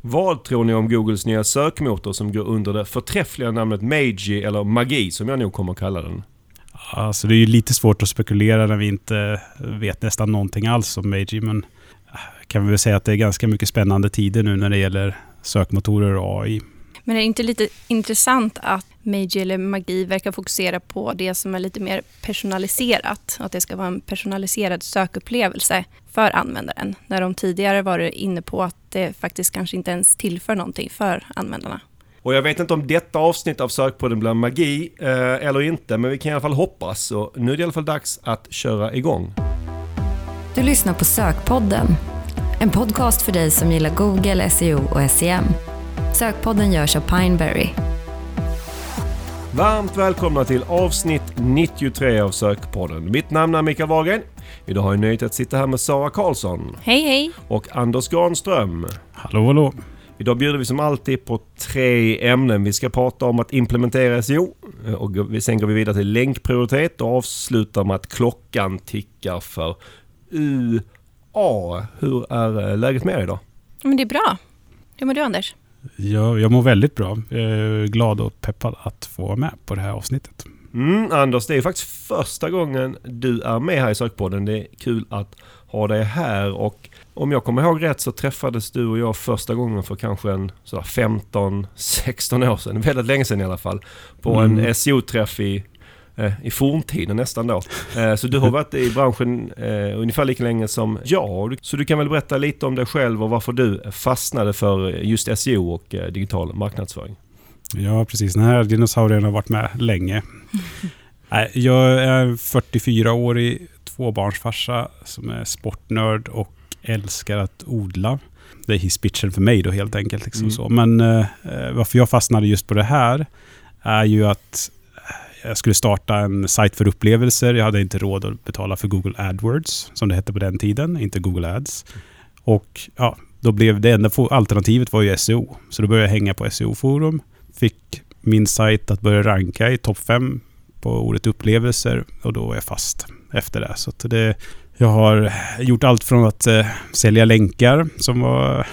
Vad tror ni om Googles nya sökmotor som går under det förträffliga namnet Magi eller Magi som jag nog kommer att kalla den? Alltså det är ju lite svårt att spekulera när vi inte vet nästan någonting alls om Magi, men kan vi väl säga att det är ganska mycket spännande tider nu när det gäller sökmotorer och AI. Men det är inte lite intressant att Magi eller Magi verkar fokusera på det som är lite mer personaliserat. Att det ska vara en personaliserad sökupplevelse för användaren. När de tidigare var inne på att det faktiskt kanske inte ens tillför någonting för användarna. Och jag vet inte om detta avsnitt av Sökpodden blir magi eller inte, men vi kan i alla fall hoppas. Och nu är det i alla fall dags att köra igång. Du lyssnar på Sökpodden. En podcast för dig som gillar Google, SEO och SEM. Sökpodden görs av Pineberry. Varmt välkomna till avsnitt 93 av Sökpodden. Mitt namn är Mikael Wahlgren. Idag har jag nöjt att sitta här med Sara Karlsson. Hej hej! Och Anders Granström. Hallå, hallå. Idag bjuder vi som alltid på 3 ämnen. Vi ska prata om att implementera SEO. Och sen går vi vidare till länkprioritet och avslutar med att klockan tickar för UA. Hur är läget med dig idag? Men det är bra. Hur mår du, Anders? Jag mår väldigt bra. Jag är glad och peppad att få vara med på det här avsnittet. Anders, det är faktiskt första gången du är med här i Sökpodden. Det är kul att ha dig här, och om jag kommer ihåg rätt så träffades du och jag första gången för kanske 15-16 år sedan, väldigt länge sedan i alla fall, på en SEO-träff i forntiden nästan då. Så du har varit i branschen ungefär lika länge som jag. Så du kan väl berätta lite om dig själv och varför du fastnade för just SEO och digital marknadsföring. Ja, precis. Den här dinosaurien har varit med länge. Jag är 44-årig tvåbarnsfarsa som är sportnörd och älskar att odla. Det är hisspitchen för mig då helt enkelt. Liksom så. Men varför jag fastnade just på det här är ju att jag skulle starta en sajt för upplevelser. Jag hade inte råd att betala för Google AdWords, som det hette på den tiden, inte Google Ads. Och ja, då blev det enda alternativet var ju SEO. Så då började jag hänga på SEO-forum. Fick min sajt att börja ranka i topp 5 på ordet upplevelser, och då var jag fast efter det. Så att jag har gjort allt från att sälja länkar som var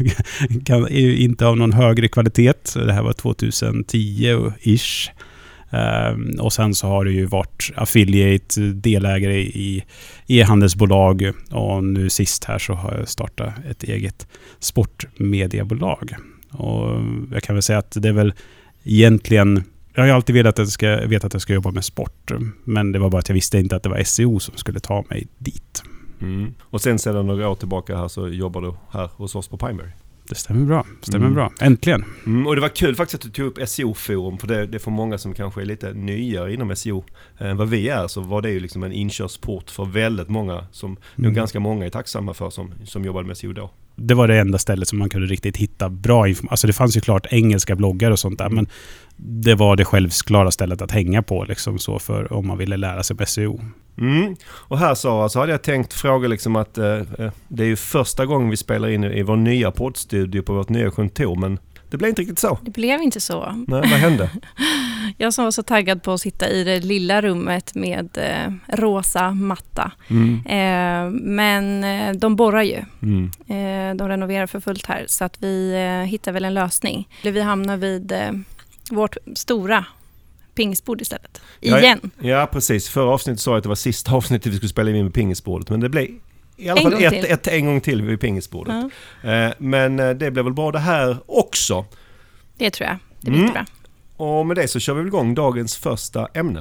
inte av någon högre kvalitet. Det här var 2010-ish. Och sen så har det ju varit affiliate, delägare i e-handelsbolag, och nu sist här så har jag startat ett eget sportmediebolag. Och jag kan väl säga att det är väl egentligen, jag har alltid vetat att jag ska jobba med sport, men det var bara att jag visste inte att det var SEO som skulle ta mig dit. Och sen sedan några år tillbaka här så jobbar du här hos oss på Pineberry. Det stämmer bra. Äntligen. Och det var kul faktiskt att du tog upp SEO-forum, för det är för många som kanske är lite nya inom SEO än vad vi är, så var det ju liksom en inkörsport för väldigt många som nog ganska många är tacksamma för som jobbade med SEO då. Det var det enda stället som man kunde riktigt hitta bra information. Alltså det fanns ju klart engelska bloggar och sånt där, men det var det självklara stället att hänga på liksom så, för om man ville lära sig om SEO. Och här så hade jag tänkt fråga liksom att det är ju första gången vi spelar in i vår nya poddstudio på vårt nya kontor, men det blev inte riktigt så. Det blev inte så. Nej, vad hände? Jag som var så taggad på att sitta i det lilla rummet med rosa matta. Men de borrar ju. De renoverar för fullt här, så att vi hittar väl en lösning. Vi hamnar vid vårt stora pingisbord istället. Igen. Ja, precis. Förra avsnittet sa jag att det var sista avsnittet vi skulle spela in med pingisbordet, men det blev i alla fall en gång till vid pingisbordet. Men det blev väl bra det här också. Det tror jag. Det blir bra. Och med det så kör vi igång dagens första ämne.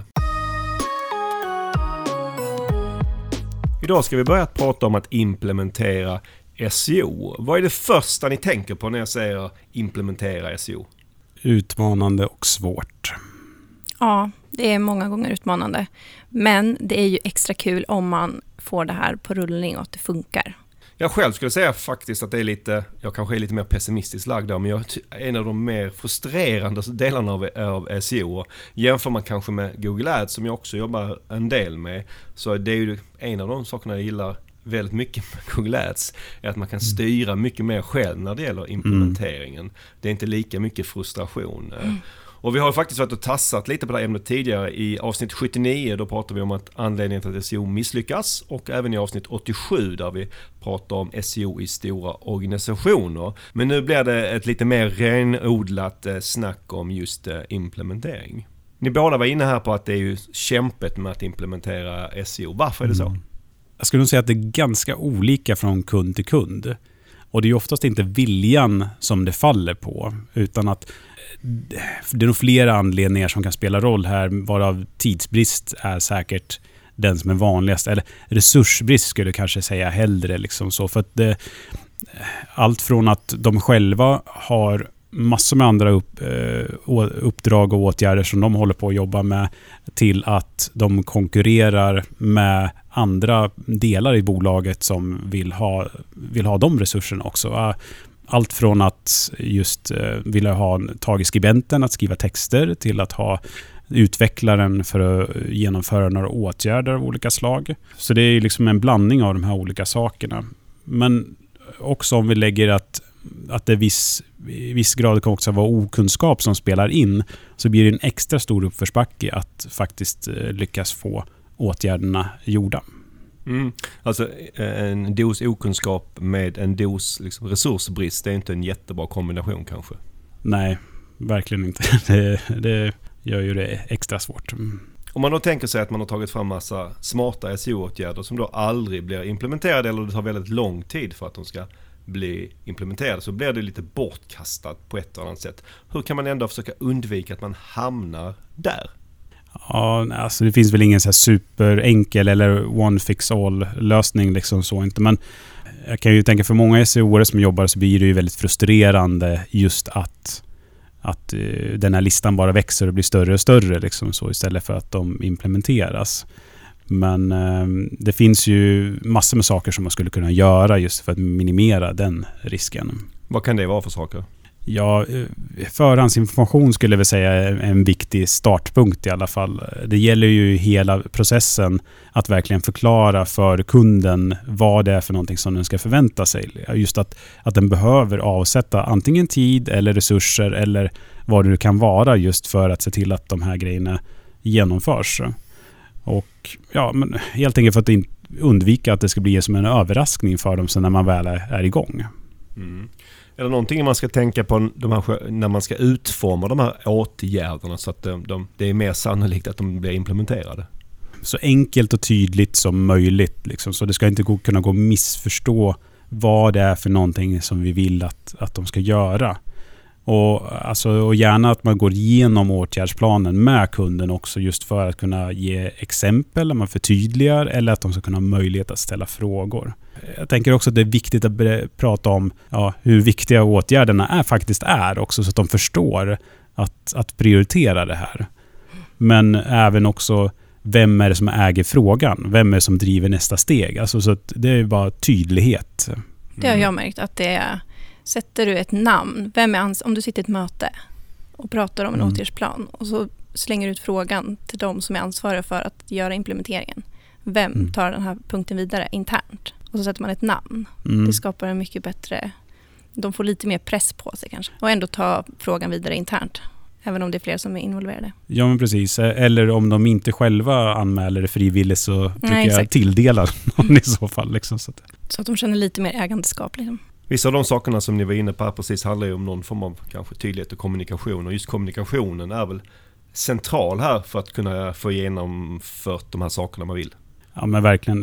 Idag ska vi börja att prata om att implementera SEO. Vad är det första ni tänker på när jag säger implementera SEO? Utmanande och svårt. Ja, det är många gånger utmanande. Men det är ju extra kul om man får det här på rullning och att det funkar. Jag själv skulle säga faktiskt att det är lite, jag kanske är lite mer pessimistiskt lagd där, men en av de mer frustrerande delarna av SEO. Jämför man kanske med Google Ads som jag också jobbar en del med, så det är ju en av de sakerna jag gillar väldigt mycket med Google Ads, är att man kan styra mycket mer själv när det gäller implementeringen. Det är inte lika mycket frustration. Och vi har faktiskt varit och tassat lite på det här ämnet tidigare. I avsnitt 79 då pratar vi om att anledningen till att SEO misslyckas, och även i avsnitt 87 där vi pratar om SEO i stora organisationer. Men nu blir det ett lite mer renodlat snack om just implementering. Ni båda var inne här på att det är ju kämpet med att implementera SEO. Varför är det så? Jag skulle nog säga att det är ganska olika från kund till kund. Och det är ju oftast inte viljan som det faller på, utan att det är nog flera anledningar som kan spela roll här, varav tidsbrist är säkert den som är vanligast, eller resursbrist skulle jag kanske säga hellre liksom så, för att allt från att de själva har massor med andra uppdrag och åtgärder som de håller på att jobba med, till att de konkurrerar med andra delar i bolaget som vill ha de resurserna också. Allt från att just vilja ha tag i skribenten att skriva texter, till att ha utvecklaren för att genomföra några åtgärder av olika slag. Så det är liksom en blandning av de här olika sakerna. Men också om vi lägger att det i viss grad kan också vara okunskap som spelar in, så blir det en extra stor uppförsbacke att faktiskt lyckas få åtgärderna gjorda. Alltså en dos okunskap med en dos liksom resursbrist, det är inte en jättebra kombination kanske. Nej, verkligen inte. Det gör ju det extra svårt. Om man då tänker sig att man har tagit fram massa smarta SEO-åtgärder som då aldrig blir implementerade, eller det tar väldigt lång tid för att de ska bli implementerade, så blir det lite bortkastat på ett eller annat sätt. Hur kan man ändå försöka undvika att man hamnar där? Ja, alltså det finns väl ingen så här superenkel eller one fix all lösning liksom så inte, men jag kan ju tänka för många SEO-are som jobbar så blir det ju väldigt frustrerande just att den här listan bara växer och blir större och större liksom så, istället för att de implementeras. Men det finns ju massor med saker som man skulle kunna göra just för att minimera den risken. Vad kan det vara för saker? Ja, förhandsinformation skulle jag väl säga är en viktig startpunkt i alla fall. Det gäller ju hela processen att verkligen förklara för kunden vad det är för någonting som den ska förvänta sig. Just att den behöver avsätta antingen tid eller resurser eller vad det kan vara, just för att se till att de här grejerna genomförs. Och ja, men helt enkelt för att undvika att det ska bli som en överraskning för dem sen när man väl är igång. Eller någonting man ska tänka på när man ska utforma de här åtgärderna så att det är mer sannolikt att de blir implementerade. Så enkelt och tydligt som möjligt liksom. Så det ska inte kunna gå att missförstå vad det är för någonting som vi vill att de ska göra. Och gärna att man går igenom åtgärdsplanen med kunden också, just för att kunna ge exempel, att man förtydligar, eller att de ska kunna ha möjlighet att ställa frågor. Jag tänker också att det är viktigt att prata om hur viktiga åtgärderna faktiskt är också, så att de förstår att prioritera det här. Men även också, vem är det som äger frågan? Vem är det som driver nästa steg? Alltså, så att det är bara tydlighet. Det har jag märkt att det är. Sätter du ett namn, om du sitter i ett möte och pratar om en åtgärdsplan och så slänger du ut frågan till de som är ansvariga för att göra implementeringen. Vem tar den här punkten vidare internt? Och så sätter man ett namn. Det skapar en mycket bättre... De får lite mer press på sig kanske. Och ändå ta frågan vidare internt. Även om det är fler som är involverade. Ja, men precis. Eller om de inte själva anmäler det frivilligt, så brukar jag tilldela någon i så fall. Liksom, så att de känner lite mer ägandeskap liksom. Vissa av de sakerna som ni var inne på här precis handlar ju om någon form av kanske tydlighet och kommunikation. Och just kommunikationen är väl central här för att kunna få genomfört de här sakerna man vill. Ja, men verkligen.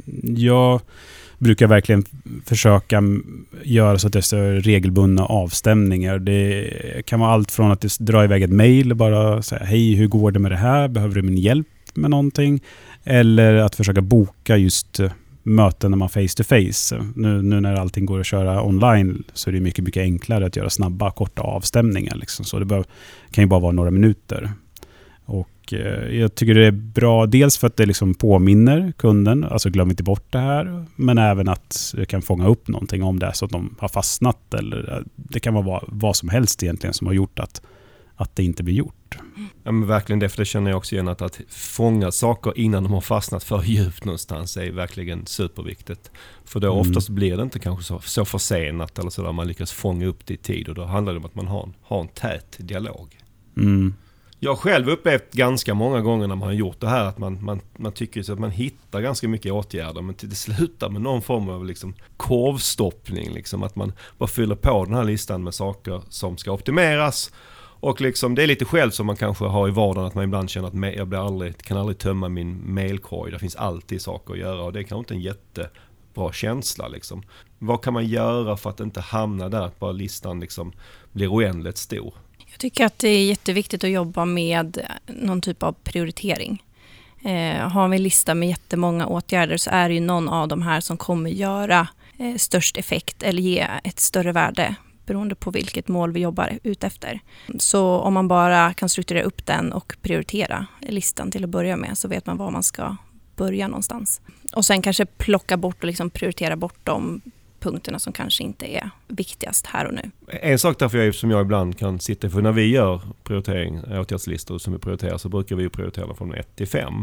Jag brukar verkligen försöka göra så att det är regelbundna avstämningar. Det kan vara allt från att dra iväg ett mejl och bara säga hej, hur går det med det här? Behöver du min hjälp med någonting? Eller att försöka boka just möten när man face to face. Nu när allting går att köra online så är det mycket, mycket enklare att göra snabba, korta avstämningar. Liksom. Så det kan ju bara vara några minuter. Och jag tycker det är bra, dels för att det liksom påminner kunden, alltså glöm inte bort det här, men även att det kan fånga upp någonting om det så att de har fastnat, eller det kan vara vad som helst egentligen som har gjort att det inte blir gjort. Ja, men verkligen det, för det känner jag också igen, att fånga saker innan de har fastnat för djupt någonstans är verkligen superviktigt. För då oftast blir det inte kanske så försenat eller så där man lyckas fånga upp det i tid, och då handlar det om att man har en tät dialog. Jag har själv upplevt ganska många gånger när man har gjort det här att man tycker så att man hittar ganska mycket åtgärder, men till det slutar med någon form av liksom korvstoppning, liksom att man bara fyller på den här listan med saker som ska optimeras. Och liksom, det är lite själv som man kanske har i vardagen, att man ibland känner att jag kan aldrig tömma min mailkorg. Det finns alltid saker att göra och det är kanske inte en jättebra känsla. Liksom. Vad kan man göra för att inte hamna där, att bara listan liksom blir oändligt stor? Jag tycker att det är jätteviktigt att jobba med någon typ av prioritering. Har vi en lista med jättemånga åtgärder så är det ju någon av de här som kommer göra störst effekt eller ge ett större värde beroende på vilket mål vi jobbar ut efter. Så om man bara kan strukturera upp den och prioritera listan till att börja med, så vet man var man ska börja någonstans. Och sen kanske plocka bort och liksom prioritera bort de punkterna som kanske inte är viktigast här och nu. En sak därför som jag ibland kan sitta för när vi gör åtgärdslistor som vi prioriterar, så brukar vi prioritera från 1 till 5.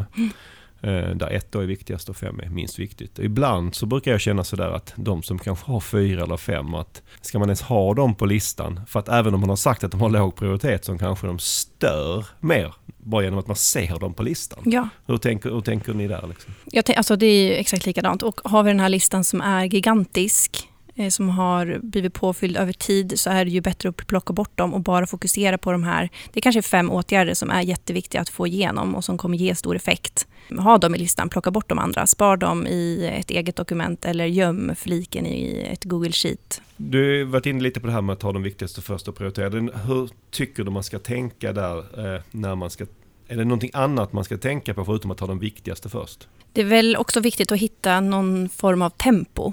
Där 1 då är viktigast och 5 är minst viktigt. Ibland så brukar jag känna sådär att de som kanske har 4 eller 5, att ska man ens ha dem på listan? För att även om man har sagt att de har låg prioritet, så kanske de stör mer bara genom att man ser dem på listan. Ja. Hur tänker ni där? Liksom? Alltså det är ju exakt likadant. Och har vi den här listan som är gigantisk, som har blivit påfylld över tid, så är det ju bättre att plocka bort dem och bara fokusera på de här. Det är kanske 5 åtgärder som är jätteviktiga att få igenom och som kommer ge stor effekt. Ha dem i listan, plocka bort de andra, spar dem i ett eget dokument eller göm fliken i ett Google Sheet. Du har varit inne lite på det här med att ta de viktigaste först och prioritera. Hur tycker du man ska tänka där när man ska... Är det någonting annat man ska tänka på förutom att ta de viktigaste först? Det är väl också viktigt att hitta någon form av tempo.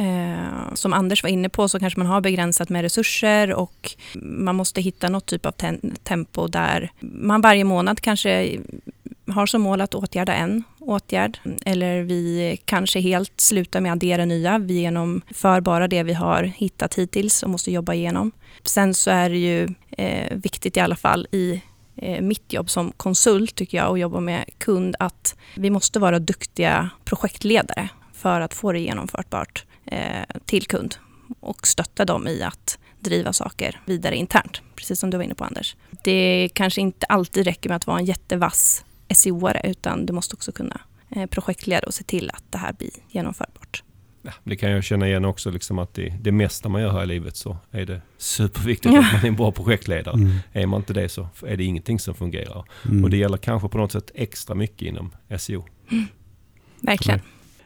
Som Anders var inne på, så kanske man har begränsat med resurser och man måste hitta något typ av tempo där man varje månad kanske har som mål att åtgärda en åtgärd. Eller vi kanske helt slutar med att addera nya. Vi genomför bara det vi har hittat hittills och måste jobba igenom. Sen så är det ju viktigt i alla fall i mitt jobb som konsult, tycker jag, och jobba med kund, att vi måste vara duktiga projektledare för att få det genomförtbart till kund och stötta dem i att driva saker vidare internt, precis som du var inne på, Anders. Det kanske inte alltid räcker med att vara en jättevass SEO-are, utan du måste också kunna projektleda och se till att det här blir genomförbart. Ja, det kan jag känna igen också, liksom att det mesta man gör här i livet, så är det superviktigt att man är en bra projektledare. Är man inte det, så är det ingenting som fungerar. Och det gäller kanske på något sätt extra mycket inom SEO. Verkligen.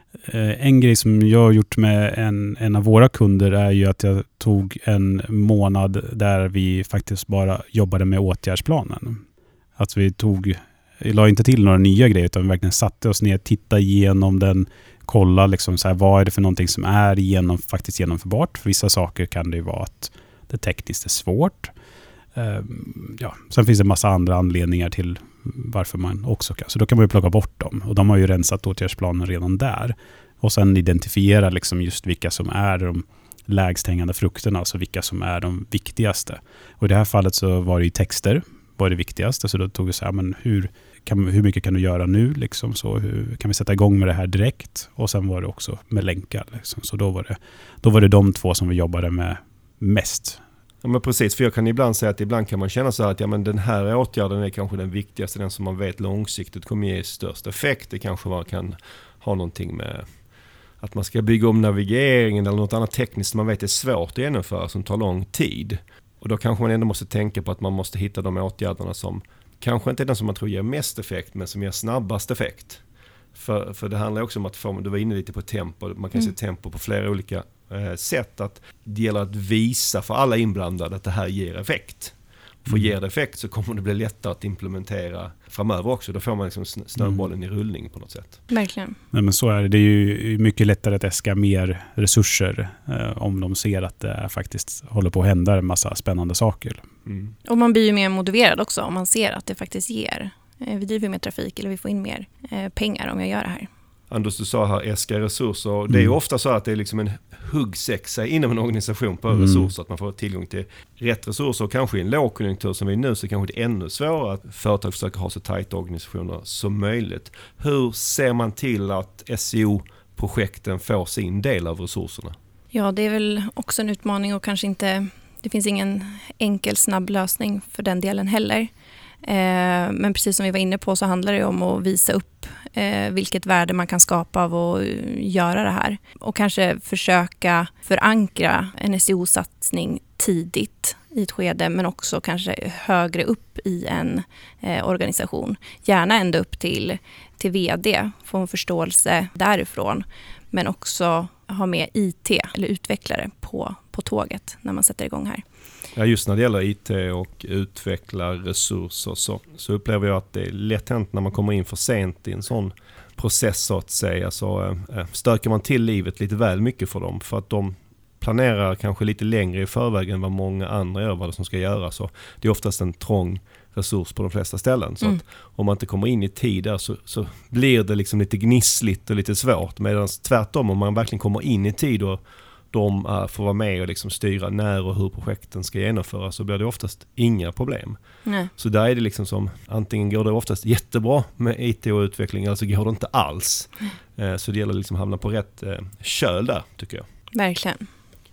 En grej som jag har gjort med en av våra kunder är ju att jag tog en månad där vi faktiskt bara jobbade med åtgärdsplanen. Att vi la inte till några nya grejer, utan vi verkligen satte oss ner, tittade igenom den, kolla liksom så här, vad är det för någonting som är faktiskt genomförbart. För vissa saker kan det ju vara att det tekniskt är svårt. Sen finns det en massa andra anledningar till varför man också kan. Så då kan man ju plocka bort dem. Och de har ju rensat åtgärdsplanen redan där. Och sen identifiera liksom just vilka som är de lägst hängande frukterna, alltså vilka som är de viktigaste. Och i det här fallet så var det ju texter var det viktigaste. Så då tog vi så här, men hur mycket kan du göra nu? Liksom, så hur kan vi sätta igång med det här direkt? Och sen var det också med länkar. Liksom. Så då var det de 2 som vi jobbade med mest. Ja, men precis, för jag kan ibland säga att ibland kan man känna så här att men den här åtgärden är kanske den viktigaste, den som man vet långsiktigt kommer ge störst effekt. Det kanske man kan ha någonting med att man ska bygga om navigeringen eller något annat tekniskt som man vet är svårt att genomföra, som tar lång tid. Och då kanske man ändå måste tänka på att man måste hitta de åtgärderna som kanske inte är den som man tror ger mest effekt, men som ger snabbast effekt. För det handlar också om att du var inne lite på tempo. Man kan se tempo på flera olika sätt. Att det gäller att visa för alla inblandade att det här ger effekt. För ger det effekt så kommer det bli lättare att implementera framöver också. Då får man liksom snöbollen i rullning på något sätt. Verkligen. Nej, men så är det. Det är ju mycket lättare att äska mer resurser om de ser att det faktiskt håller på att hända en massa spännande saker. Och man blir ju mer motiverad också om man ser att det faktiskt ger. Vi driver mer trafik eller vi får in mer pengar om jag gör det här. Anders, du sa här äska resurser. Det är ju ofta så att det är liksom en huggsexa inom en organisation på resurser. Att man får tillgång till rätt resurser. Och kanske i en lågkonjunktur som vi är nu, så kanske det är ännu svårare att företag försöker ha så tajta organisationer som möjligt. Hur ser man till att SEO-projekten får sin del av resurserna? Ja, det är väl också en utmaning och kanske inte Det finns ingen enkel snabb lösning för den delen heller. Men precis som vi var inne på så handlar det om att visa upp vilket värde man kan skapa av att göra det här. Och kanske försöka förankra en SEO-satsning tidigt i ett skede, men också kanske högre upp i en organisation. Gärna ända upp till vd, få en förståelse därifrån. Men också ha med IT eller utvecklare på tåget när man sätter igång här. Ja, just när det gäller IT och utveckla resurser så upplever jag att det är lätt hänt när man kommer in för sent i en sån process så att säga. Så stökar man till livet lite väl mycket för dem, för att de planerar kanske lite längre i förväg än vad många andra gör vad det som ska göra. Så det är oftast en trång resurs på de flesta ställen. Så att om man inte kommer in i tid där så blir det liksom lite gnissligt och lite svårt. Medan tvärtom, om man verkligen kommer in i tid och de får vara med och liksom styra när och hur projekten ska genomföras, så blir det oftast inga problem. Nej. Så där är det liksom som, antingen går det oftast jättebra med IT och utveckling, eller så går det inte alls. Så det gäller liksom att hamna på rätt köl där, tycker jag. Verkligen.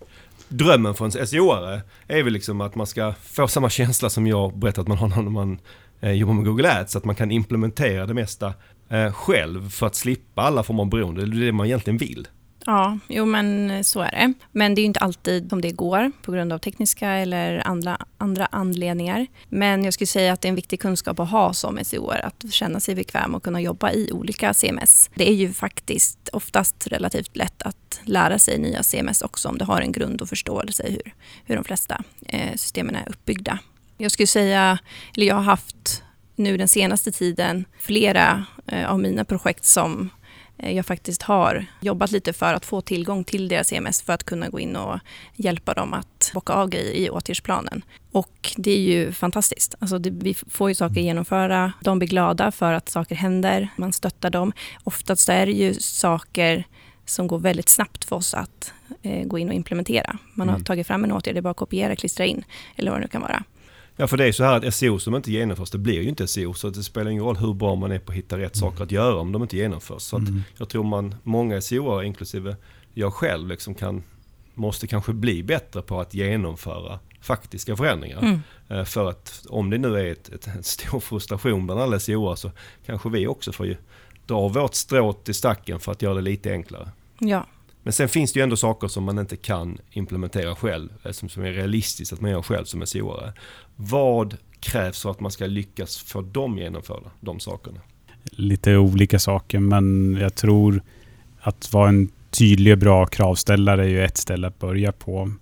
Drömmen för en SEO-are är väl liksom att man ska få samma känsla som jag berättade att man har när man jobbar med Google Ads, att man kan implementera det mesta själv för att slippa alla former av beroende. Det är det man egentligen vill. Ja, jo men så är det. Men det är ju inte alltid som det går på grund av tekniska eller andra anledningar. Men jag skulle säga att det är en viktig kunskap att ha som SEO, att känna sig bekväm och kunna jobba i olika CMS. Det är ju faktiskt oftast relativt lätt att lära sig nya CMS också om du har en grund och förståelse hur de flesta systemen är uppbyggda. Jag skulle säga, eller jag har haft nu den senaste tiden flera av mina projekt som jag faktiskt har jobbat lite för att få tillgång till deras CMS för att kunna gå in och hjälpa dem att bocka av grejer i åtgärdsplanen. Och det är ju fantastiskt. Alltså vi får ju saker genomföra. De blir glada för att saker händer. Man stöttar dem. Oftast är det ju saker som går väldigt snabbt för oss att gå in och implementera. Man har tagit fram en åtgärd, det är bara att kopiera, klistra in eller vad det nu kan vara. Ja, för det är så här att SEO som inte genomförs, det blir ju inte SEO, så det spelar ingen roll hur bra man är på att hitta rätt saker att göra om de inte genomförs. Så att jag tror många SEO, inklusive jag själv, liksom måste kanske bli bättre på att genomföra faktiska förändringar. För att om det nu är en stor frustration bland alla SEO, så kanske vi också får ju dra vårt strå till stacken för att göra det lite enklare. Ja. Men sen finns det ju ändå saker som man inte kan implementera själv, som är realistiskt att man gör själv som SEO-are. Vad krävs för att man ska lyckas få dem genomföra de sakerna? Lite olika saker, men jag tror att vara en tydlig och bra kravställare är ju ett ställe att börja på.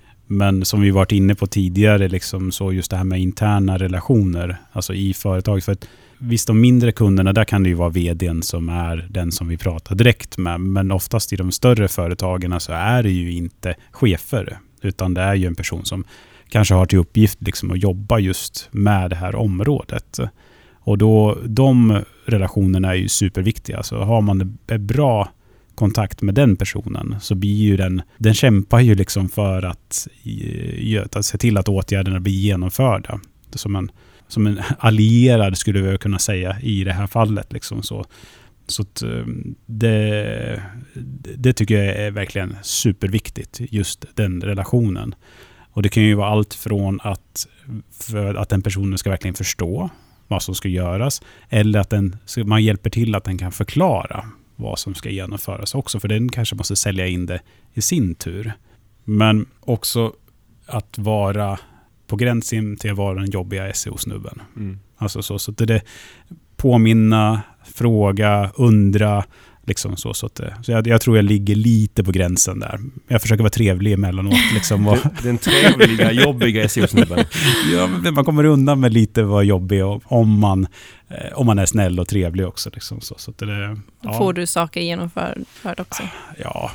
Men som vi varit inne på tidigare, liksom, så just det här med interna relationer, alltså i företag. För att visst, de mindre kunderna, där kan det ju vara vdn som är den som vi pratar direkt med. Men oftast i de större företagen så är det ju inte chefer, utan det är ju en person som kanske har till uppgift liksom att jobba just med det här området. Och då, de relationerna är ju superviktiga. Så har man en bra kontakt med den personen, så blir ju den kämpar ju liksom för att se till att åtgärderna blir genomförda. Som en allierad skulle vi kunna säga i det här fallet. Liksom. Så att det tycker jag är verkligen superviktigt, just den relationen. Och det kan ju vara allt från för att den personen ska verkligen förstå vad som ska göras, eller att man hjälper till att den kan förklara vad som ska genomföras också, för den kanske måste sälja in det i sin tur. Men också att vara på gränsen till att vara den jobbiga SEO-snubben. Alltså så att det påminna, fråga, undra, liksom så att jag tror jag ligger lite på gränsen där. Jag försöker vara trevlig emellanåt. Liksom. Den trevliga, jobbiga SEO-snubben. Ja, men man kommer undan med lite vara jobbig om man är snäll och trevlig också. Liksom. Så att får du saker genomförd också? Ja,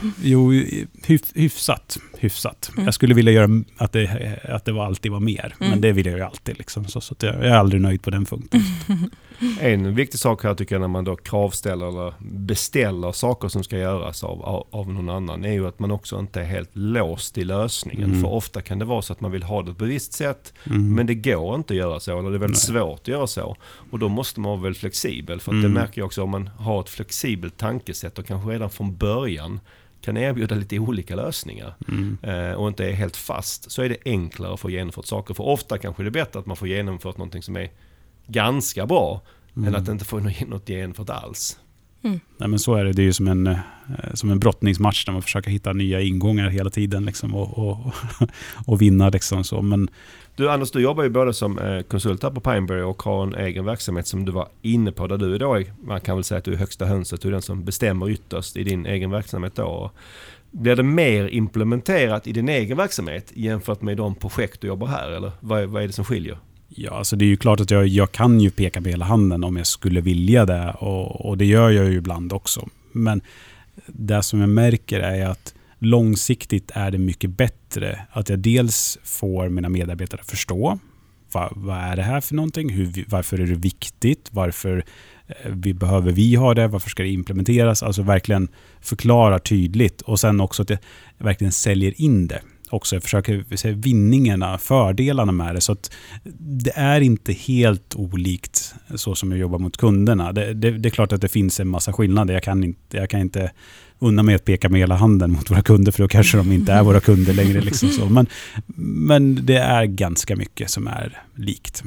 hyfsat. Jag skulle vilja göra att det alltid var mer. Men det vill jag ju alltid. Liksom. Så att jag är aldrig nöjd på den punkten. En viktig sak här tycker jag när man då kravställer eller beställer saker som ska göras av någon annan är ju att man också inte är helt låst i lösningen. För ofta kan det vara så att man vill ha det på ett visst sätt men det går inte att göra så, eller det är väldigt svårt att göra så. Och då måste man vara väldigt flexibel, för att det märker jag också om man har ett flexibelt tankesätt och kanske redan från början kan erbjuda lite olika lösningar och inte är helt fast, så är det enklare att få genomfört saker. För ofta kanske det är bättre att man får genomfört någonting som är ganska bra än att inte få något genomfört alls. Nej, men så är det. Det är ju som en brottningsmatch där man försöker hitta nya ingångar hela tiden liksom, och vinna. Liksom, så. Men Du Anders, du jobbar ju både som konsult här på Pineberry och har en egen verksamhet som du var inne på, där du idag, man kan väl säga att du är högsta hönset, du är den som bestämmer ytterst i din egen verksamhet då. Blir det mer implementerat i din egen verksamhet jämfört med de projekt du jobbar här, eller vad är det som skiljer? Ja, alltså det är ju klart att jag kan ju peka med hela handen om jag skulle vilja det, och det gör jag ju ibland också. Men det som jag märker är att långsiktigt är det mycket bättre att jag dels får mina medarbetare förstå vad är det här för någonting, varför är det viktigt, varför behöver vi ha det, varför ska det implementeras, alltså verkligen förklara tydligt, och sen också att jag verkligen säljer in det. Också jag försöker se vinningarna, fördelarna med det, så att det är inte helt olikt så som jag jobbar mot kunderna. Det är klart att det finns en massa skillnader. Jag kan inte unna mig att peka med hela handen mot våra kunder, för då kanske de inte är våra kunder längre. Liksom så. Men det är ganska mycket som är likt.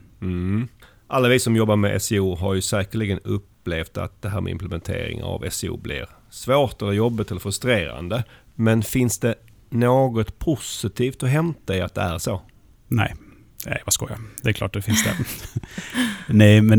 Alla vi som jobbar med SEO har ju säkerligen upplevt att det här med implementering av SEO blir svårt eller jobbigt eller frustrerande. Men finns det något positivt att hämta i att det är så? Nej, vad skojar. Det är klart det finns det. Nej, men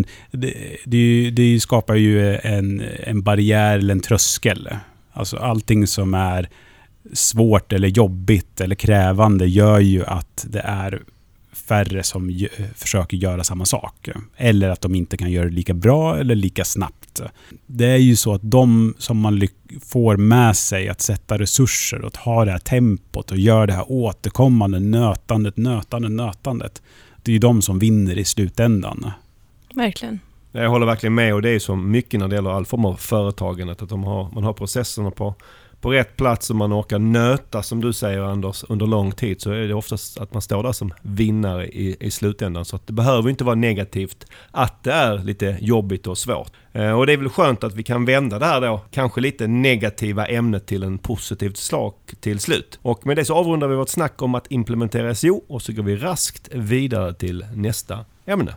det skapar ju en barriär eller en tröskel. Alltså allting som är svårt eller jobbigt eller krävande gör ju att det är färre som försöker göra samma sak. Eller att de inte kan göra det lika bra eller lika snabbt. Det är ju så att de som man får med sig att sätta resurser och att ha det här tempot och göra det här återkommande nötandet. Det är ju de som vinner i slutändan. Verkligen. Jag håller verkligen med, och det är så mycket när det gäller all form av företagandet, att man har processerna på rätt plats och man orkar nöta, som du säger Anders, under lång tid, så är det oftast att man står där som vinnare i slutändan. Så att det behöver inte vara negativt att det är lite jobbigt och svårt. Och det är väl skönt att vi kan vända det här då, kanske lite negativa ämnet till en positivt slag till slut. Och med det så avrundar vi vårt snack om att implementera SEO, och så går vi raskt vidare till nästa ämne.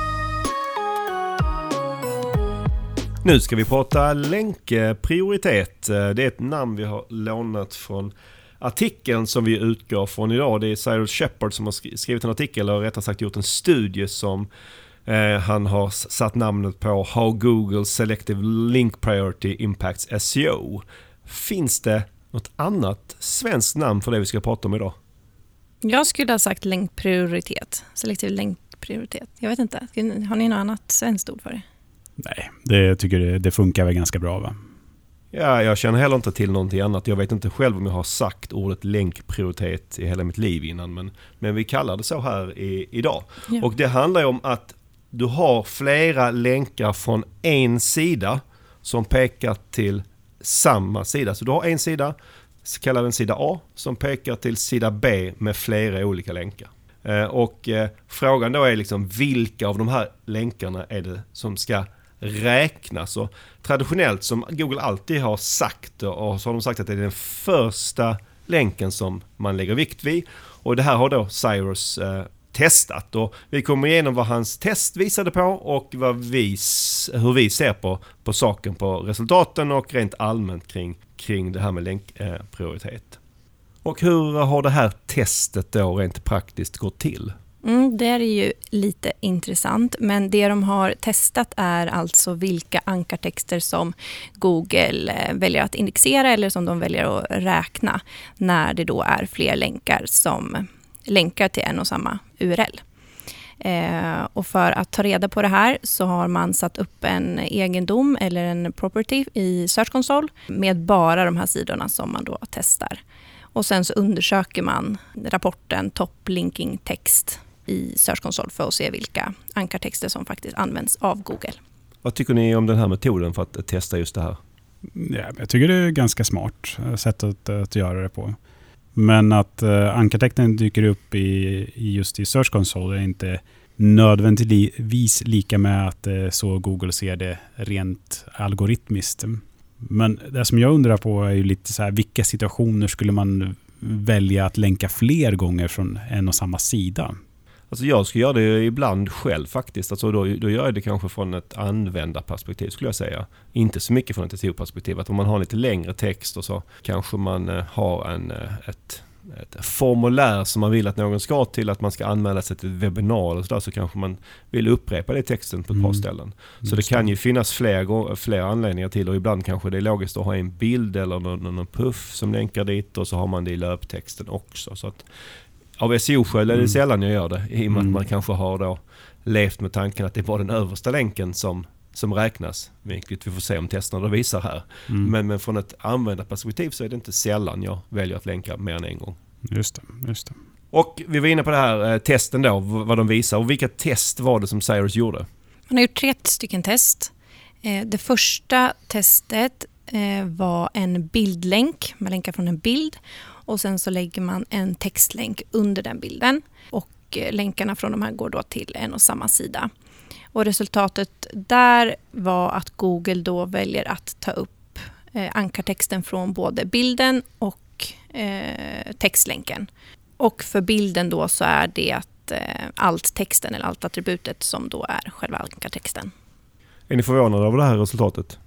Nu ska vi prata länkprioritet. Det är ett namn vi har lånat från artikeln som vi utgår från idag. Det är Cyrus Shepard som har skrivit en artikel, eller rättare sagt gjort en studie som han har satt namnet på How Google Selective Link Priority Impacts SEO. Finns det något annat svenskt namn för det vi ska prata om idag? Jag skulle ha sagt länkprioritet. Selektiv länkprioritet. Jag vet inte. Har ni något annat svenskt ord för det? Nej, det tycker det funkar väl ganska bra, va? Ja, jag känner heller inte till någonting annat. Jag vet inte själv om jag har sagt ordet länkprioritet i hela mitt liv innan, men vi kallar det så här idag. Ja. Och det handlar ju om att du har flera länkar från en sida som pekar till samma sida. Så du har en sida, så kallar den sida A, som pekar till sida B med flera olika länkar. Och frågan då är liksom, vilka av de här länkarna är det som ska räknas? Och traditionellt, som Google alltid har sagt, och så har de sagt att det är den första länken som man lägger vikt vid. Och det här har då Cyrus testat, och vi kommer igenom vad hans test visade på och hur vi ser på saken, på resultaten och rent allmänt kring det här med länkprioritet. Och hur har det här testet då rent praktiskt gått till? Det är ju lite intressant, men det de har testat är alltså vilka ankartexter som Google väljer att indexera eller som de väljer att räkna när det då är fler länkar som länkar till en och samma URL. Och för att ta reda på det här så har man satt upp en egendom eller en property i Search Console med bara de här sidorna som man då testar. Och sen så undersöker man rapporten Top Linking Text i Search Console för att se vilka ankartexter som faktiskt används av Google. Vad tycker ni om den här metoden för att testa just det här? Ja, jag tycker det är ganska smart sätt att göra det på. Men att ankartexten dyker upp i Search Console är inte nödvändigtvis lika med att så Google ser det rent algoritmiskt. Men det som jag undrar på är ju lite så här, vilka situationer skulle man välja att länka fler gånger från en och samma sida? Alltså jag ska göra det ibland själv faktiskt. Alltså då gör jag det kanske från ett användarperspektiv skulle jag säga. Inte så mycket från ett SEO-perspektiv. Att om man har lite längre text och så kanske man har ett formulär som man vill att någon ska till, att man ska anmäla sig till ett webbinar och så kanske man vill upprepa det texten på ett par ställen. Så det kan ju finnas fler anledningar till, och ibland kanske det är logiskt att ha en bild eller någon puff som länkar dit, och så har man det i löptexten också. Så att av SEO-skäl är det sällan jag gör det, i och med att man kanske har då levt med tanken att det är bara den översta länken som räknas, vilket vi får se om testerna visar här. Men från ett användarperspektiv så är det inte sällan jag väljer att länka mer än en gång. Just det. Och vi var inne på det här testen då, vad de visar. Och vilka test var det som Cyrus gjorde? Man har gjort 3 stycken test. Det första testet var en bildlänk. Man länkar från en bild och sen så lägger man en textlänk under den bilden. Och länkarna från de här går då till en och samma sida. Och resultatet där var att Google då väljer att ta upp ankartexten från både bilden och textlänken. Och för bilden då så är det att alt-texten eller alt-attributet som då är själva ankartexten. Är ni förvånade över det här resultatet?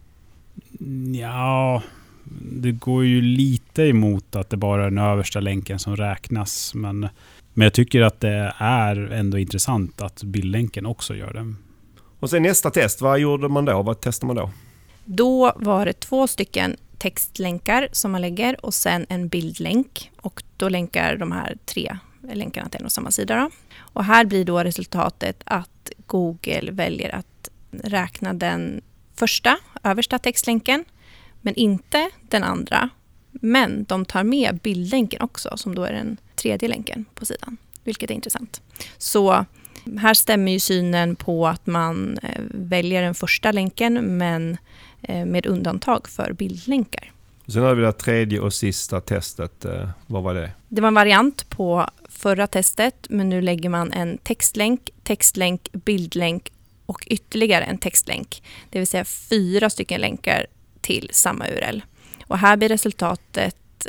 Ja, det går ju lite emot att det bara är den översta länken som räknas. Men jag tycker att det är ändå intressant att bildlänken också gör det. Och sen nästa test, vad gjorde man då? Vad testar man då? Då var det 2 stycken textlänkar som man lägger och sen en bildlänk. Och då länkar de här 3 länkarna till en och samma sida då. Och här blir då resultatet att Google väljer att räkna den första, översta textlänken, men inte den andra. Men de tar med bildlänken också, som då är den 3:e länken på sidan, vilket är intressant. Så här stämmer ju synen på att man väljer den första länken, men med undantag för bildlänkar. Sen har vi det 3:e och sista testet. Vad var det? Det var en variant på förra testet, men nu lägger man en textlänk, bildlänk och ytterligare en textlänk. Det vill säga 4 stycken länkar till samma URL. Och här blir resultatet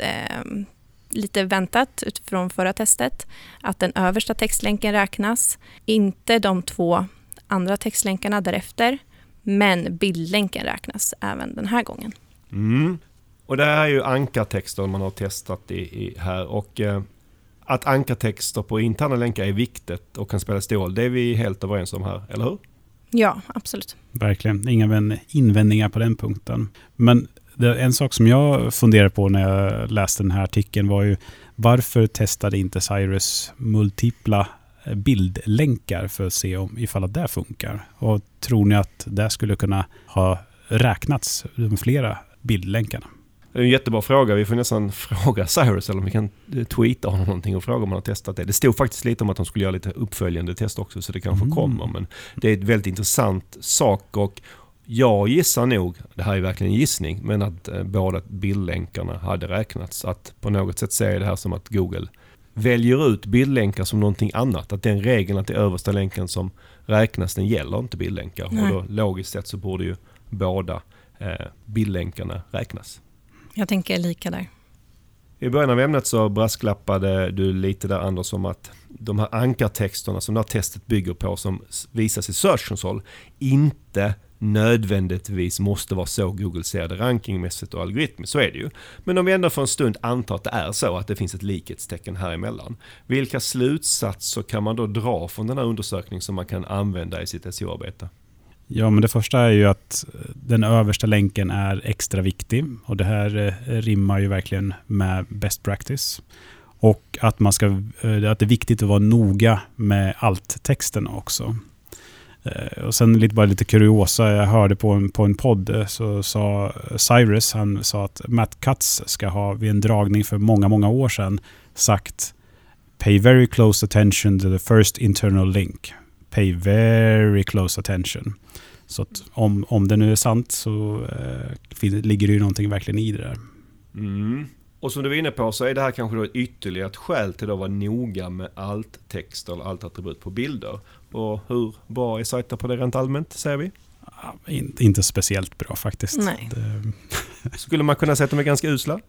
lite väntat utifrån förra testet, att den översta textlänken räknas, inte de 2 andra textlänkarna därefter, men bildlänken räknas även den här gången. Och det här är ju ankartexter man har testat i här, och att ankartexter på interna länkar är viktigt och kan spela stor roll, det är vi helt överens om här, eller hur? Ja, absolut. Verkligen, inga invändningar på den punkten. Men en sak som jag funderade på när jag läste den här artikeln var ju, varför testade inte Cyrus multipla bildlänkar för att se ifall att det funkar? Och tror ni att det skulle kunna ha räknats de flera bildlänkarna? Det är en jättebra fråga. Vi får nästan fråga Cyrus, eller om vi kan tweeta honom någonting och fråga om han har testat det. Det stod faktiskt lite om att de skulle göra lite uppföljande test också, så det kanske kommer. Men det är ett väldigt intressant sak, och jag gissar nog, det här är verkligen en gissning, men att båda bildlänkarna hade räknats. Att på något sätt säger det här som att Google väljer ut bildlänkar som någonting annat. Att den regeln att det översta länken som räknas, den gäller inte bildlänkar. Nej. Och då logiskt sett så borde ju båda bildlänkarna räknas. Jag tänker lika där. I början av ämnet så brasklappade du lite där, Anders, om att de här ankartexterna som det här testet bygger på, som visas i Search Console, inte nödvändigtvis måste vara så Google ser det rankingmässigt och algoritmiskt. Så är det ju. Men om vi ändå för en stund antar att det är så, att det finns ett likhetstecken här emellan, vilka slutsatser kan man då dra från den här undersökningen som man kan använda i sitt SEO-arbete? Ja, men det första är ju att den översta länken är extra viktig, och det här rimmar ju verkligen med best practice. Och att att det är viktigt att vara noga med alt-texten också. Och sen lite kuriosa, jag hörde på en podd, så sa Cyrus, han sa att Matt Cutts ska ha vid en dragning för många år sedan sagt "Pay very close attention to the first internal link. Pay very close attention." Så att om det nu är sant så ligger det ju någonting verkligen i det där. Och som du var inne på så är det här kanske då ett ytterligare ett skäl till att vara noga med alt-texter eller alt-attribut på bilder. Och hur bra är sajter på det rent allmänt, säger vi? Inte speciellt bra faktiskt. Nej. Skulle man kunna säga att de är ganska usla?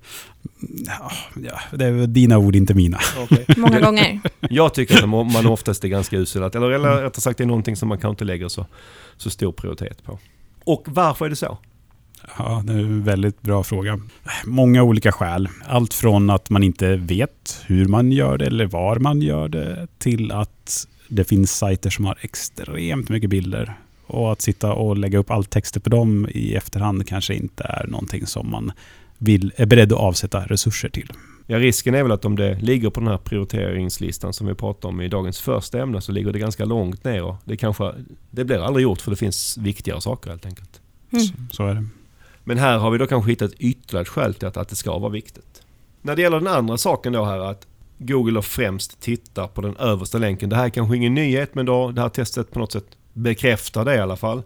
Ja, det är dina ord, inte mina. Okay. Många gånger. Jag tycker att man oftast är ganska usel. Eller rättare sagt, det är någonting som man kanske inte lägger så stor prioritet på. Och varför är det så? Ja, det är en väldigt bra fråga. Många olika skäl. Allt från att man inte vet hur man gör det eller var man gör det till att det finns sajter som har extremt mycket bilder. Och att sitta och lägga upp all texter på dem i efterhand kanske inte är någonting som man är beredd att avsätta resurser till. Ja, risken är väl att om det ligger på den här prioriteringslistan som vi pratar om i dagens första ämne så ligger det ganska långt ner. Och det blir aldrig gjort för det finns viktigare saker helt enkelt. Så är det. Men här har vi då kanske hittat ytterligare skäl till att det ska vara viktigt. När det gäller den andra saken då här att Google främst tittar på den översta länken. Det här är kanske ingen nyhet men då det här testet på något sätt bekräftar det i alla fall.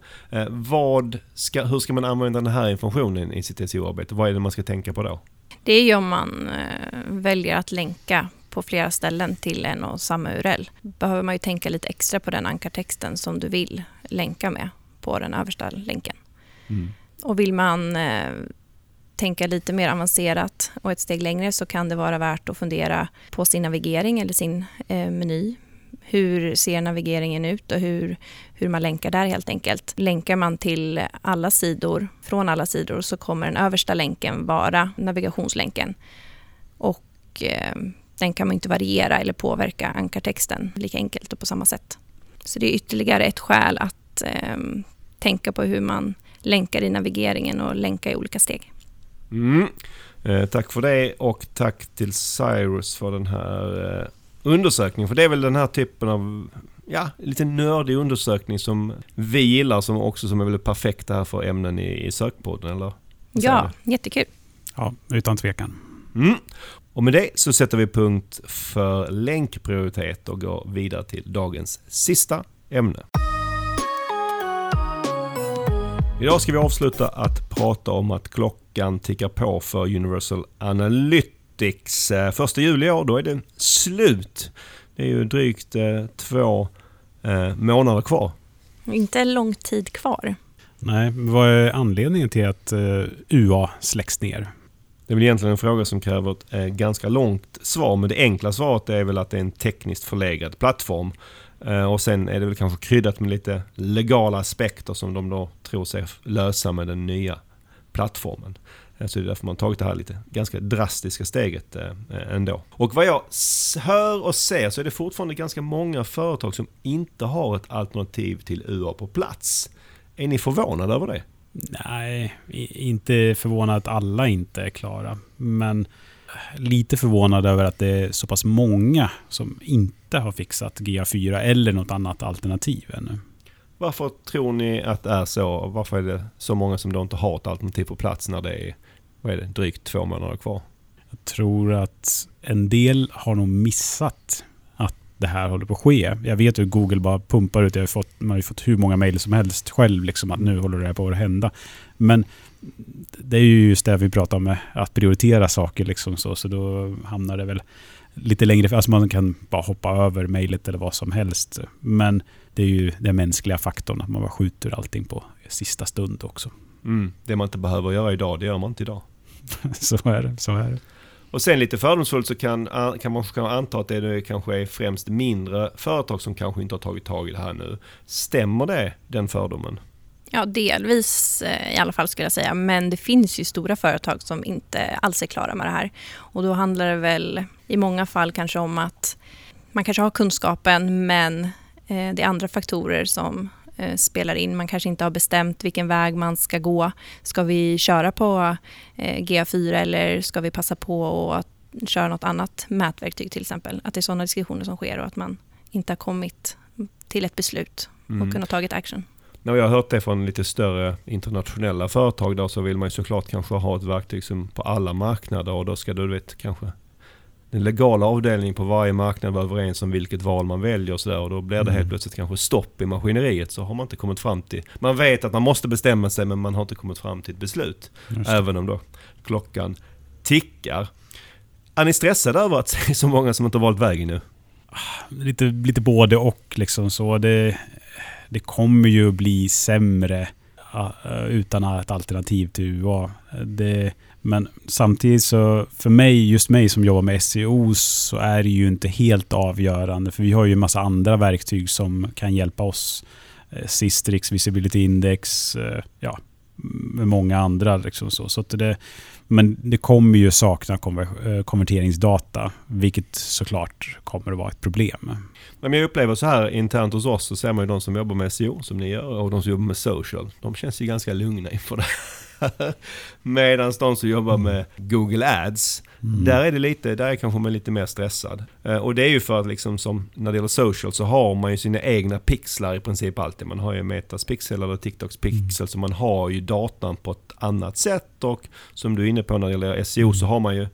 Hur ska man använda den här informationen i sitt SEO-arbete? Vad är det man ska tänka på då? Det är ju om man väljer att länka på flera ställen till en och samma URL. Behöver man ju tänka lite extra på den ankartexten som du vill länka med på den översta länken. Mm. Och vill man tänka lite mer avancerat och ett steg längre så kan det vara värt att fundera på sin navigering eller sin meny. Hur ser navigeringen ut och hur man länkar där helt enkelt. Länkar man till alla sidor, från alla sidor så kommer den översta länken vara navigationslänken. Och den kan man inte variera eller påverka ankartexten lika enkelt och på samma sätt. Så det är ytterligare ett skäl att tänka på hur man länkar i navigeringen och länka i olika steg. Tack för det och tack till Cyrus för den här undersökningen. För det är väl den här typen av lite nördig undersökning som vi gillar som är väldigt perfekta här för ämnen i sökpodden, eller? Ja, jättekul. Ja, utan tvekan. Och med det så sätter vi punkt för länkprioritet och går vidare till dagens sista ämne. Idag ska vi avsluta att prata om att klockan tickar på för Universal Analytics. 1 juli i år, då är det slut. Det är ju drygt 2 månader kvar. Inte lång tid kvar. Nej, vad är anledningen till att UA släcks ner? Det är väl egentligen en fråga som kräver ett ganska långt svar, men det enkla svaret är väl att det är en tekniskt förlegad plattform. Och sen är det väl kanske kryddat med lite legala aspekter som de då tror sig lösa med den nya plattformen. Så det är därför man tagit det här lite ganska drastiska steget ändå. Och vad jag hör och ser så är det fortfarande ganska många företag som inte har ett alternativ till UA på plats. Är ni förvånade över det? Nej, inte förvånad att alla inte är klara. Men lite förvånad över att det är så pass många som inte har fixat GA4 eller något annat alternativ ännu. Varför tror ni att det är så? Varför är det så många som då inte har ett alternativ på plats när det är drygt 2 månader kvar? Jag tror att en del har nog missat att det här håller på att ske. Jag vet hur Google bara pumpar ut. Man har ju fått hur många mejl som helst själv liksom, att nu håller det här på att hända. Men det är ju just det vi pratar om, att prioritera saker liksom så då hamnar det väl lite längre. Alltså man kan bara hoppa över mejlet eller vad som helst. Men det är ju den mänskliga faktorn att man bara skjuter allting på sista stund också. Det man inte behöver göra idag, det gör man inte idag. Så är det. Och sen lite fördomsfullt så kan man anta att det kanske är främst mindre företag som kanske inte har tagit tag i det här nu. Stämmer det, den fördomen? Ja, delvis i alla fall skulle jag säga. Men det finns ju stora företag som inte alls är klara med det här. Och då handlar det väl i många fall kanske om att man kanske har kunskapen men det är andra faktorer som spelar in. Man kanske inte har bestämt vilken väg man ska gå. Ska vi köra på GA4 eller ska vi passa på att köra något annat mätverktyg till exempel? Att det är sådana diskussioner som sker och att man inte har kommit till ett beslut och kunnat tagit action. När jag har hört det från lite större internationella företag då, så vill man ju såklart kanske ha ett verktyg som på alla marknader och då ska du kanske den legala avdelningen på varje marknad vara överens om vilket val man väljer och sådär och då blir det helt plötsligt kanske stopp i maskineriet så har man inte kommit fram till. Man vet att man måste bestämma sig men man har inte kommit fram till ett beslut. Även om då klockan tickar. Är ni stressade över att det är så många som inte har valt vägen nu? Lite både och liksom så. Det kommer ju bli sämre utan ett alternativ till UA. Men samtidigt så för mig, just mig som jobbar med SEO, så är det ju inte helt avgörande, för vi har ju en massa andra verktyg som kan hjälpa oss. Sistrix, Visibility Index, med många andra liksom så att men det kommer ju sakna konverteringsdata, vilket såklart kommer att vara ett problem. Men jag upplever så här internt hos oss, så ser man ju de som jobbar med SEO som ni gör och de som jobbar med social. De känns ju ganska lugna inför det. Medan de som jobbar med Google Ads, där är kanske man lite mer stressad. Och det är ju för att liksom, som när det gäller social, så har man ju sina egna pixlar i princip alltid. Man har ju Metas pixel eller TikToks pixel, så man har ju datan på ett annat sätt. Och som du är inne på när det gäller SEO, så har man ju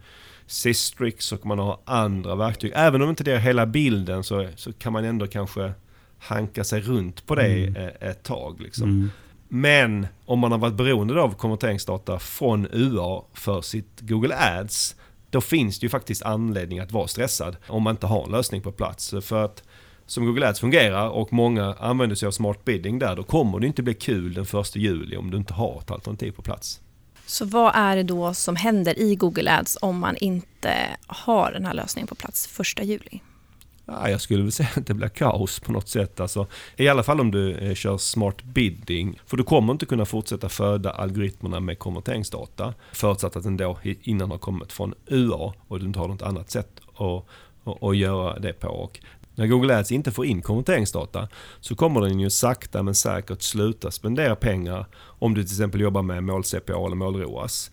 Sistrix och man har andra verktyg. Även om inte det är hela bilden, så kan man ändå kanske hanka sig runt på det ett tag liksom. Men om man har varit beroende av konverteringsdata från UA för sitt Google Ads, då finns det ju faktiskt anledning att vara stressad om man inte har en lösning på plats. För att som Google Ads fungerar och många använder sig av smart bidding där, då kommer det inte bli kul den 1 juli om du inte har ett alternativ på plats. Så vad är det då som händer i Google Ads om man inte har den här lösningen på plats 1 juli? Ja, jag skulle väl säga att det blir kaos på något sätt. Alltså, i alla fall om du kör smart bidding. För du kommer inte kunna fortsätta föda algoritmerna med konverteringsdata. Förutsatt att den då innan har kommit från UA och du inte har något annat sätt att göra det på. Och när Google Ads inte får in konverteringsdata, så kommer den ju sakta men säkert sluta spendera pengar om du till exempel jobbar med mål-CPA eller mål-ROAS.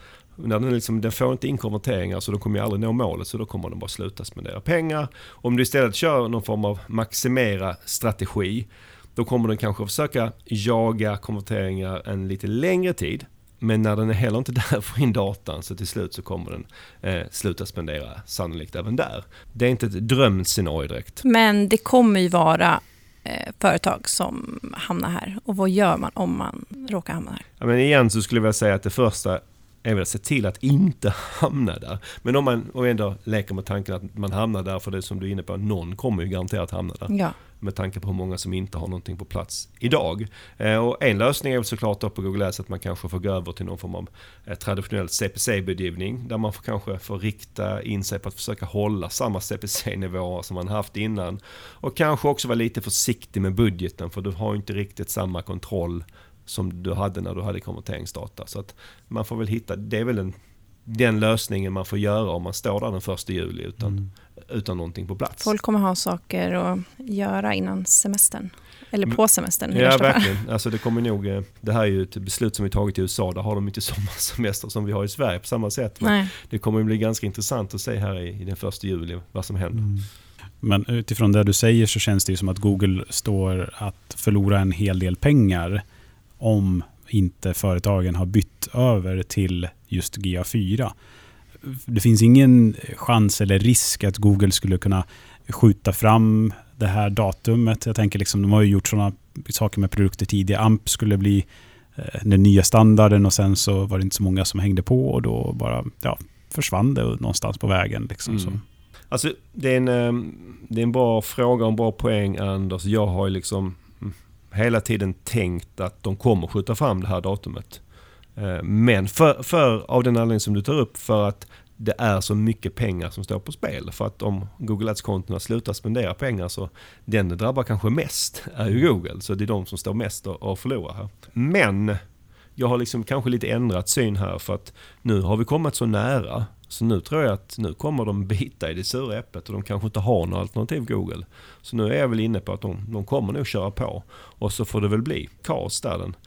När den får inte in konverteringar, så då kommer jag aldrig nå målet, så då kommer den bara sluta spendera pengar. Om du istället kör någon form av maximera-strategi, då kommer den kanske försöka jaga konverteringar en lite längre tid. Men när den är heller inte där för in datan, så till slut så kommer den sluta spendera sannolikt även där. Det är inte ett drömscenario direkt. Men det kommer ju vara företag som hamnar här. Och vad gör man om man råkar hamna här? Ja, men igen så skulle jag vilja säga att det första är väl att se till att inte hamna där. Men om man ändå leker med tanken att man hamnar där, för det som du är inne på, någon kommer ju garanterat hamna där. Ja. Med tanke på hur många som inte har någonting på plats idag. Och en lösning är väl såklart då på Google Ads att man kanske får gå över till någon form av traditionell CPC-budgivning, där man kanske får rikta in sig på att försöka hålla samma CPC-nivåer som man haft innan. Och kanske också vara lite försiktig med budgeten, för du har inte riktigt samma kontroll som du hade när du hade konverteringsdata. Så att man får väl hitta, det är väl den lösningen man får göra om man står där den 1 juli utan någonting på plats. Folk kommer ha saker att göra innan semestern. Eller på semestern. Ja, verkligen. Alltså det kommer nog, det här är ju ett beslut som vi tagit i USA. Där har de inte sommarsemester som vi har i Sverige på samma sätt. Men det kommer bli ganska intressant att se här i den 1 juli vad som händer. Men utifrån det du säger så känns det ju som att Google står att förlora en hel del pengar om inte företagen har bytt över till just GA4. Det finns ingen chans eller risk att Google skulle kunna skjuta fram det här datumet. Jag tänker liksom, de har ju gjort sådana saker med produkter tidigare. AMP skulle bli den nya standarden, och sen så var det inte så många som hängde på, och då bara försvann det någonstans på vägen. Liksom, så. Alltså, det är en bra fråga och en bra poäng, Anders. Jag har ju liksom hela tiden tänkt att de kommer skjuta fram det här datumet. Men för av den anledning som du tar upp, för att det är så mycket pengar som står på spel. För att om Google Ads-kontona slutar spendera pengar, så den det drabbar kanske mest är ju Google. Så det är de som står mest och förlorar här. Men jag har liksom kanske lite ändrat syn här, för att nu har vi kommit så nära. Så nu tror jag att nu kommer de bita i det sura äpplet, och de kanske inte har något alternativ Google. Så nu är jag väl inne på att de kommer nog köra på. Och så får det väl bli kaos där den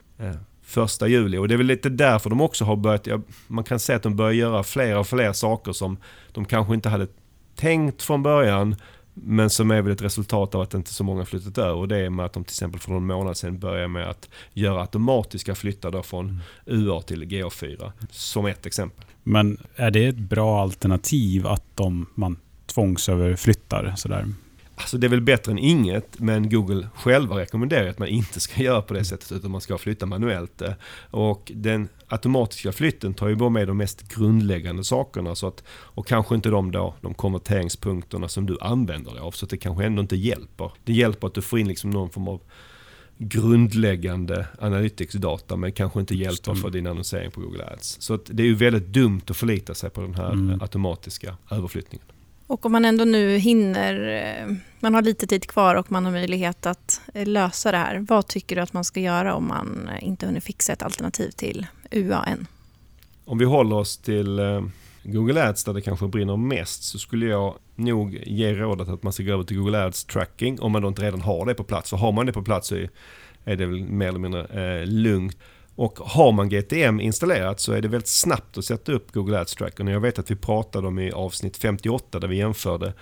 1 juli. Och det är väl lite därför de också har börjat, man kan säga att de börjar göra fler och fler saker som de kanske inte hade tänkt från början, men som är väl ett resultat av att inte så många flyttat över. Och det är med att de till exempel för någon månad sedan börjar med att göra automatiska flyttar då från UA till GA4, som ett exempel. Men är det ett bra alternativ att man tvångsöverflyttar sådär? Alltså det är väl bättre än inget, men Google själva rekommenderar att man inte ska göra på det sättet, utan man ska flytta manuellt. Och den automatiska flytten tar ju bara med de mest grundläggande sakerna, så att, och kanske inte de konverteringspunkterna som du använder dig av, så att det kanske ändå inte hjälper. Det hjälper att du får in liksom någon form av grundläggande analytics-data men kanske inte hjälper för din annonsering på Google Ads. Så att det är ju väldigt dumt att förlita sig på den här automatiska överflyttningen. Och om man ändå nu hinner, man har lite tid kvar och man har möjlighet att lösa det här. Vad tycker du att man ska göra om man inte hunnit fixa ett alternativ till UA än? Om vi håller oss till Google Ads där det kanske brinner mest, så skulle jag nog ge rådet att man ska gå över till Google Ads tracking om man då inte redan har det på plats. För har man det på plats så är det väl mer eller mindre lugnt. Och har man GTM installerat så är det väldigt snabbt att sätta upp Google Ads tracker. Jag vet att vi pratade om i avsnitt 58 där vi jämförde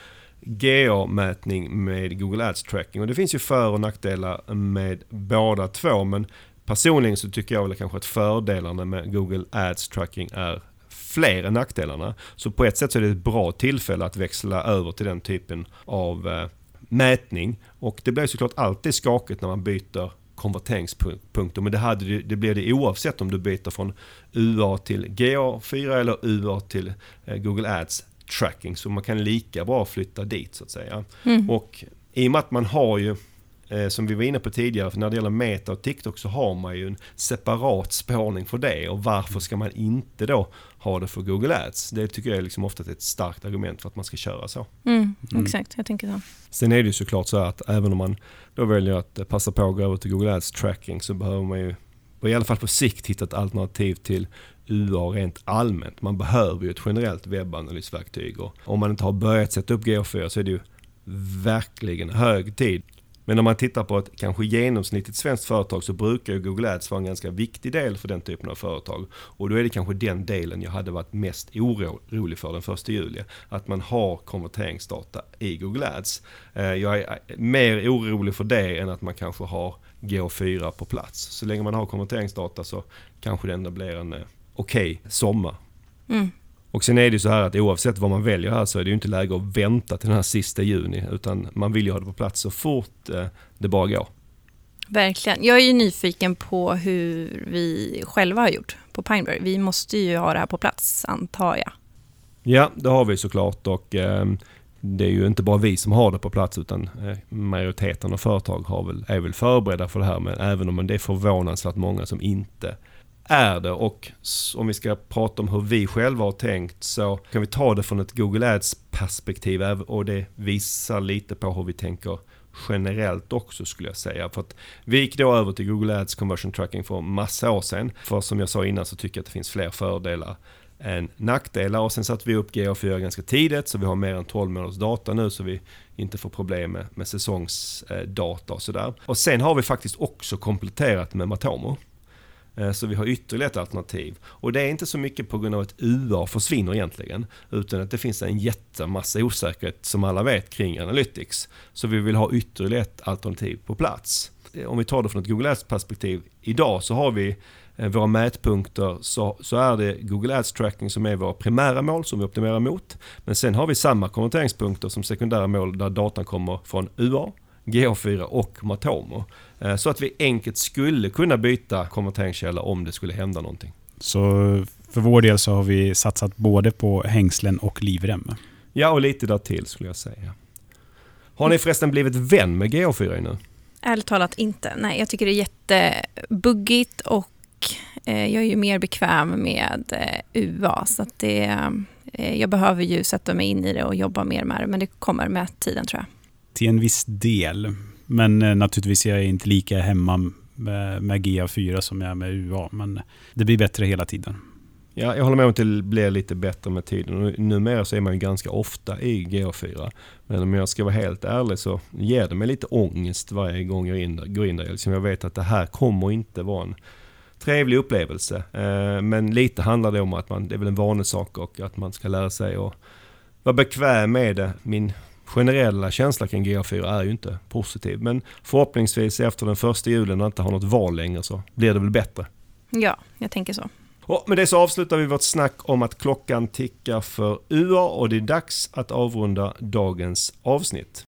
GA-mätning med Google Ads tracking. Och det finns ju för- och nackdelar med båda två, men personligen så tycker jag väl kanske att fördelarna med Google Ads tracking är fler än nackdelarna. Så på ett sätt så är det ett bra tillfälle att växla över till den typen av mätning. Och det blir såklart alltid skakigt när man byter konverteringspunkter, men det blir det oavsett om du byter från UA till GA4 eller UA till Google Ads tracking, så man kan lika bra flytta dit så att säga. Och i och med att man har ju som vi var inne på tidigare, för när det gäller Meta och TikTok så har man ju en separat spårning för det, och varför ska man inte då ha det för Google Ads? Det tycker jag är liksom ofta ett starkt argument för att man ska köra så. Exakt, jag tänker så. Sen är det ju såklart så att även om man då väljer att passa på att gå över till Google Ads tracking, så behöver man ju i alla fall på sikt hitta ett alternativ till UA rent allmänt. Man behöver ju ett generellt webbanalysverktyg, och om man inte har börjat sätta upp GA4 så är det ju verkligen hög tid. Men om man tittar på ett kanske genomsnittligt svenskt företag, så brukar ju Google Ads vara en ganska viktig del för den typen av företag. Och då är det kanske den delen jag hade varit mest orolig för den 1 juli. Att man har konverteringsdata i Google Ads. Jag är mer orolig för det än att man kanske har GA4 på plats. Så länge man har konverteringsdata så kanske det ändå blir en okej sommar. Och sen är det ju så här att oavsett vad man väljer här så är det ju inte läge att vänta till den här sista juni, utan man vill ju ha det på plats så fort det bara går. Verkligen. Jag är ju nyfiken på hur vi själva har gjort på Pineberry. Vi måste ju ha det här på plats, antar jag. Ja, det har vi såklart, och det är ju inte bara vi som har det på plats, utan majoriteten av företag är väl förberedda för det här, men även om det är förvånansvärt många som inte är det. Och om vi ska prata om hur vi själva har tänkt, så kan vi ta det från ett Google Ads perspektiv, och det visar lite på hur vi tänker generellt också, skulle jag säga. För att vi gick då över till Google Ads conversion tracking för massa år sedan, för som jag sa innan så tycker jag att det finns fler fördelar än nackdelar, och sen satte vi upp GA4 ganska tidigt, så vi har mer än 12 månaders data nu, så vi inte får problem med säsongsdata och sådär. Och sen har vi faktiskt också kompletterat med Matomo. Så vi har ytterligare ett alternativ. Och det är inte så mycket på grund av att UA försvinner egentligen, utan att det finns en jättemassa osäkerhet som alla vet kring Analytics. Så vi vill ha ytterligare ett alternativ på plats. Om vi tar det från ett Google Ads perspektiv, idag så har vi våra mätpunkter, så är det Google Ads tracking som är våra primära mål som vi optimerar mot. Men sen har vi samma konverteringspunkter som sekundära mål där datan kommer från UA, GA4 och Matomo. Så att vi enkelt skulle kunna byta konverteringskälla om det skulle hända någonting. Så för vår del så har vi satsat både på hängslen och livrem. Ja, och lite där till skulle jag säga. Har ni förresten blivit vän med GA4 nu? Ärligt talat inte. Nej, jag tycker det är jättebuggigt, och jag är ju mer bekväm med UA. Så att jag behöver ju sätta mig in i det och jobba mer med det. Men det kommer med tiden, tror jag. Till en viss del. Men naturligtvis är jag inte lika hemma med GA4 som jag är med UA. Men det blir bättre hela tiden. Ja, jag håller med om att det blir lite bättre med tiden. Och numera så är man ju ganska ofta i GA4. Men om jag ska vara helt ärlig så ger det mig lite ångest varje gång jag går in där. Liksom jag vet att det här kommer inte vara en trevlig upplevelse. Men lite handlar det om att det är väl en vanesak, och att man ska lära sig att vara bekväm med det. Min generella känsla kring GA4 är ju inte positiv. Men förhoppningsvis efter den 1 juli när man inte har något val längre så blir det väl bättre. Ja, jag tänker så. Och med det så avslutar vi vårt snack om att klockan tickar för UA, och det är dags att avrunda dagens avsnitt.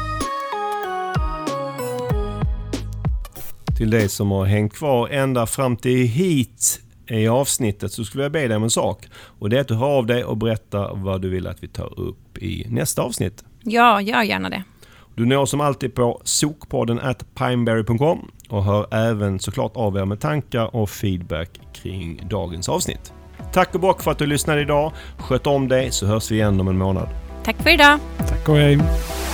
Till dig som har hängt kvar ända fram till hit i avsnittet, så skulle jag be dig om en sak. Och det är att du hör av dig och berättar vad du vill att vi tar upp i nästa avsnitt. Ja, gör gärna det. Du når som alltid på sokpodden@pineberry.com och hör även såklart av er med tankar och feedback kring dagens avsnitt. Tack och bock för att du lyssnade idag. Sköt om dig så hörs vi igen om en månad. Tack för idag. Tack och hej.